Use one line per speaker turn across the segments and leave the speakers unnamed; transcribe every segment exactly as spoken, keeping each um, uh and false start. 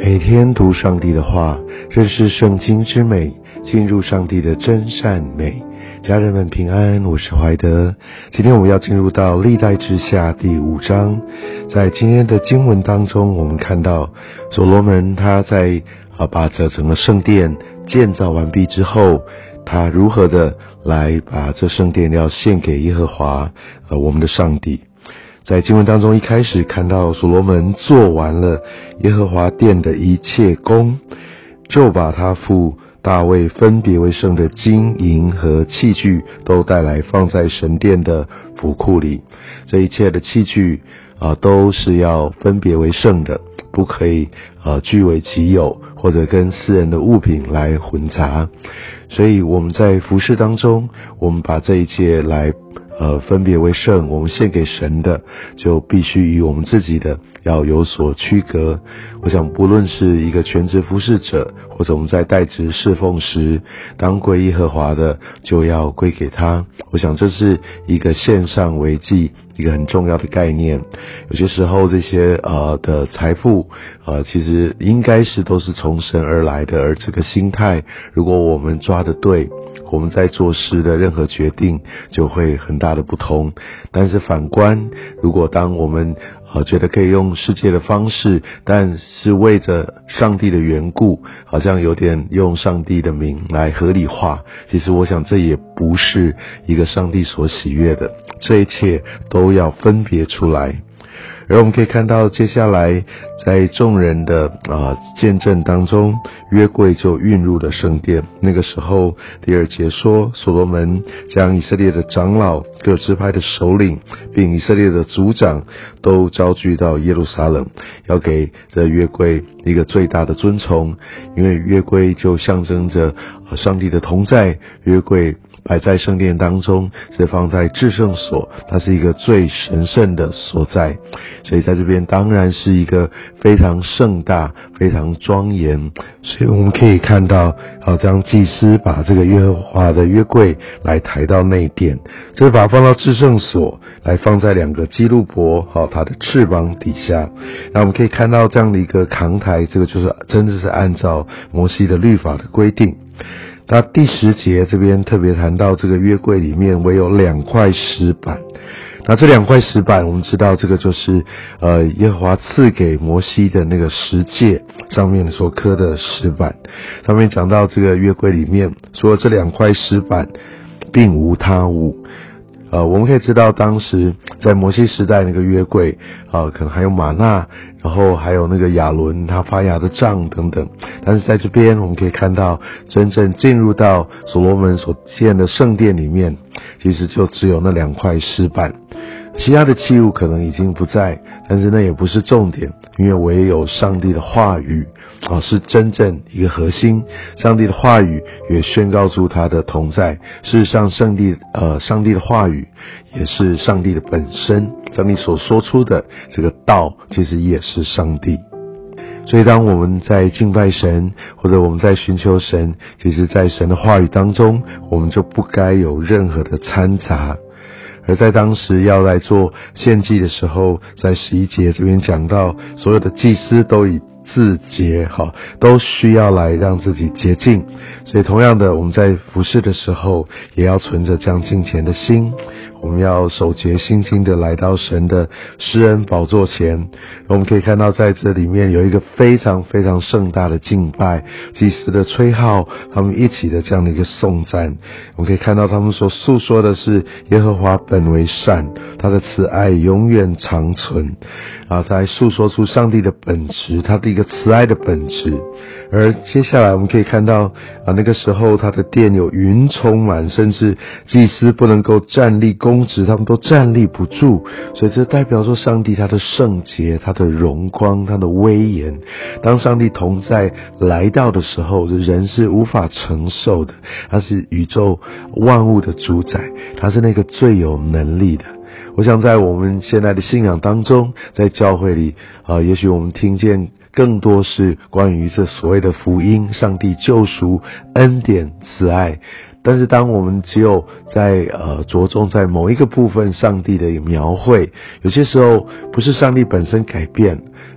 每天读上帝的话，认识圣经之美，进入上帝的真善美。家人们平安，我是怀德。今天我们要进入到历代志下第五章。在今天的经文当中，我们看到所罗门他在啊把这整个圣殿建造完毕之后，他如何的来把这圣殿要献给耶和华呃我们的上帝。在经文当中，一开始看到所罗门做完了耶和华殿的一切工，就把他父大卫分别为圣的金银和器具都带来放在神殿的府库里。这一切的器具啊、呃，都是要分别为圣的，不可以呃据为己有，或者跟私人的物品来混杂。所以我们在服事当中，我们把这一切来呃，分别为圣，我们献给神的，就必须与我们自己的要有所区隔。我想，不论是一个全职服事者，或者我们在代职侍奉时，当归耶和华的，就要归给他。我想，这是一个献上为祭，一个很重要的概念。有些时候，这些呃的财富，呃，其实应该是都是从神而来的，而这个心态，如果我们抓得对，我们在做事的任何决定就会很大的不同。但是反观，如果当我们呃觉得可以用世界的方式，但是为着上帝的缘故，好像有点用上帝的名来合理化，其实我想这也不是一个上帝所喜悦的。这一切都要分别出来。而我们可以看到，接下来在众人的啊、呃、见证当中，约柜就运入了圣殿。那个时候，第二节说，所罗门将以色列的长老、各支派的首领，并以色列的族长都召聚到耶路撒冷，要给这约柜一个最大的尊崇，因为约柜就象征着、呃、上帝的同在。约柜摆在圣殿当中，是放在至圣所，它是一个最神圣的所在，所以在这边当然是一个非常盛大、非常庄严。所以我们可以看到，好，将祭司把这个耶和华的约柜来抬到内殿，就是把它放到至圣所，来放在两个基路伯，好，它的翅膀底下。那我们可以看到这样的一个扛台，这个就是真的是按照摩西的律法的规定。那第十节这边特别谈到，这个约柜里面唯有两块石板。那这两块石板，我们知道这个就是呃耶和华赐给摩西的那个十诫上面所刻的石板。上面讲到这个约柜里面，除了这两块石板，并无他物。呃，我们可以知道当时在摩西时代那个约柜，呃，可能还有玛纳，然后还有那个亚伦他发芽的杖等等。但是在这边我们可以看到，真正进入到所罗门所建的圣殿里面，其实就只有那两块石板。其他的器物可能已经不在，但是那也不是重点，因为唯有上帝的话语啊是真正一个核心。上帝的话语也宣告出他的同在。事实上，上帝呃上帝的话语也是上帝的本身，上帝所说出的这个道，其实也是上帝。所以当我们在敬拜神，或者我们在寻求神，其实在神的话语当中，我们就不该有任何的掺杂。而在当时要来做献祭的时候，在十一节这边讲到，所有的祭司都以自洁，好，都需要来让自己洁净。所以同样的，我们在服事的时候，也要存着这样敬虔的心，我们要守洁心清的来到神的施恩宝座前。我们可以看到在这里面有一个非常非常盛大的敬拜，祭司的吹号，他们一起的这样的一个颂赞。我们可以看到他们所诉说的是耶和华本为善，他的慈爱永远长存，然后再诉说出上帝的本质，他的一个慈爱的本质。而接下来我们可以看到啊，那个时候他的殿有云充满，甚至祭司不能够站立公职，他们都站立不住。所以这代表说上帝他的圣洁，他的荣光，他的威严。当上帝同在来到的时候，人是无法承受的。他是宇宙万物的主宰，他是那个最有能力的。我想在我们现在的信仰当中，在教会里啊，也许我们听见更多是关于这所谓的福音，上帝救赎、恩典、慈爱。但是当我们只有在呃着重在某一个部分上帝的描绘，有些时候不是上帝本身改变，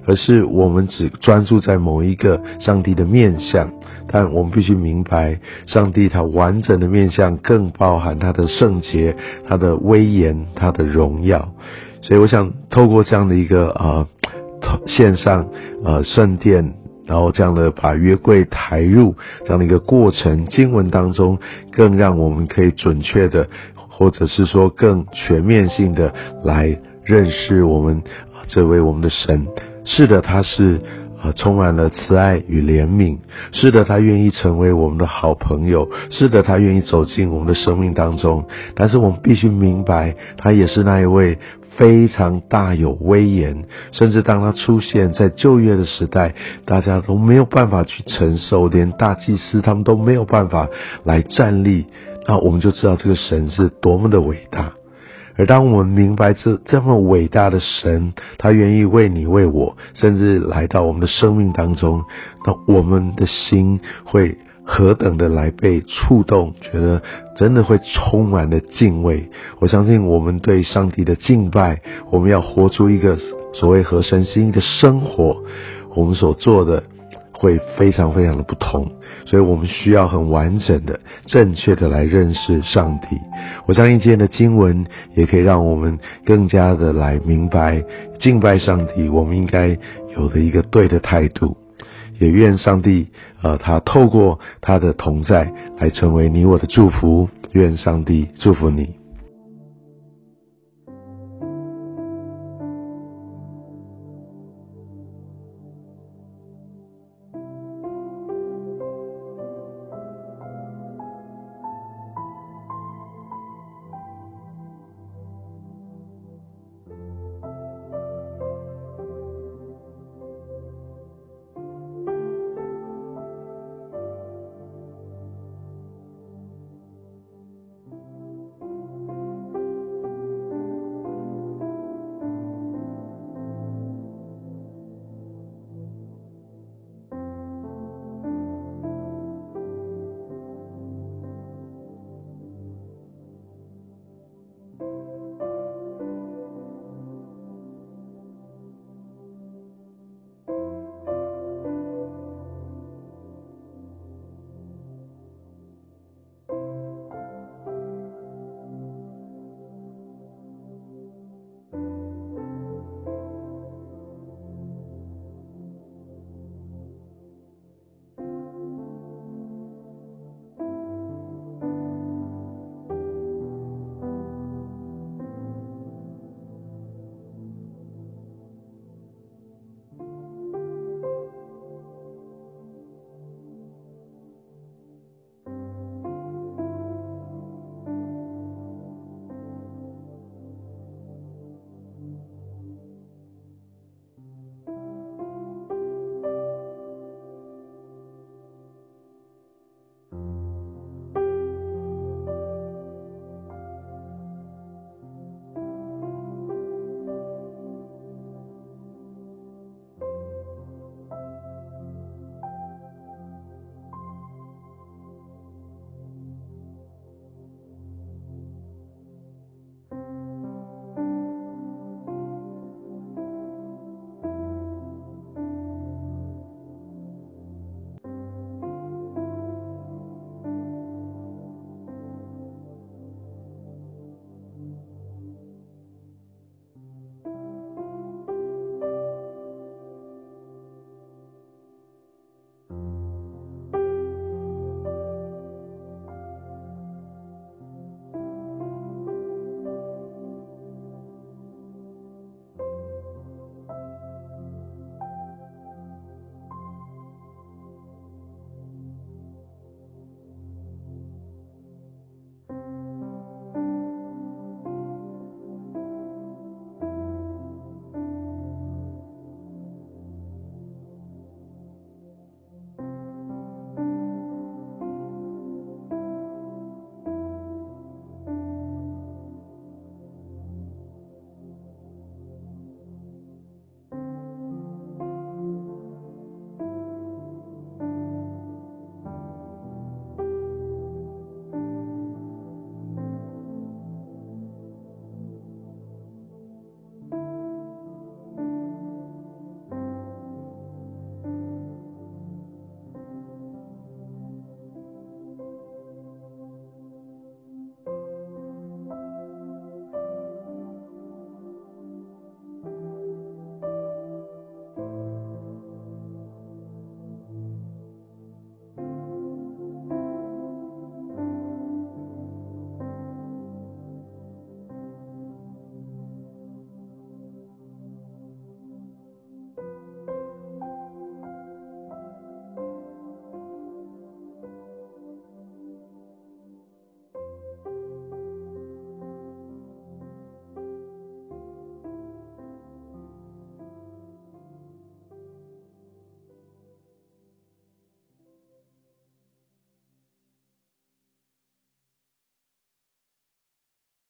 而是我们只专注在某一个上帝的面向。但我们必须明白，上帝他完整的面向更包含他的圣洁、他的威严、他的荣耀。所以我想透过这样的一个呃线上呃圣殿，然后这样的把约柜抬入这样的一个过程，经文当中更让我们可以准确的，或者是说更全面性的来认识我们、呃、这位我们的神。是的，他是呃，充满了慈爱与怜悯。是的，他愿意成为我们的好朋友。是的，他愿意走进我们的生命当中。但是我们必须明白，他也是那一位非常大有威严，甚至当他出现在旧约的时代，大家都没有办法去承受，连大祭司他们都没有办法来站立。那我们就知道这个神是多么的伟大。而当我们明白这这么伟大的神，他愿意为你为我，甚至来到我们的生命当中，那我们的心会何等的来被触动，觉得真的会充满了敬畏。我相信我们对上帝的敬拜，我们要活出一个所谓合神心意的生活，我们所做的会非常非常的不同。所以我们需要很完整的正确的来认识上帝。我相信今天的经文也可以让我们更加的来明白敬拜上帝我们应该有的一个对的态度。也愿上帝呃，他透过他的同在来成为你我的祝福。愿上帝祝福你。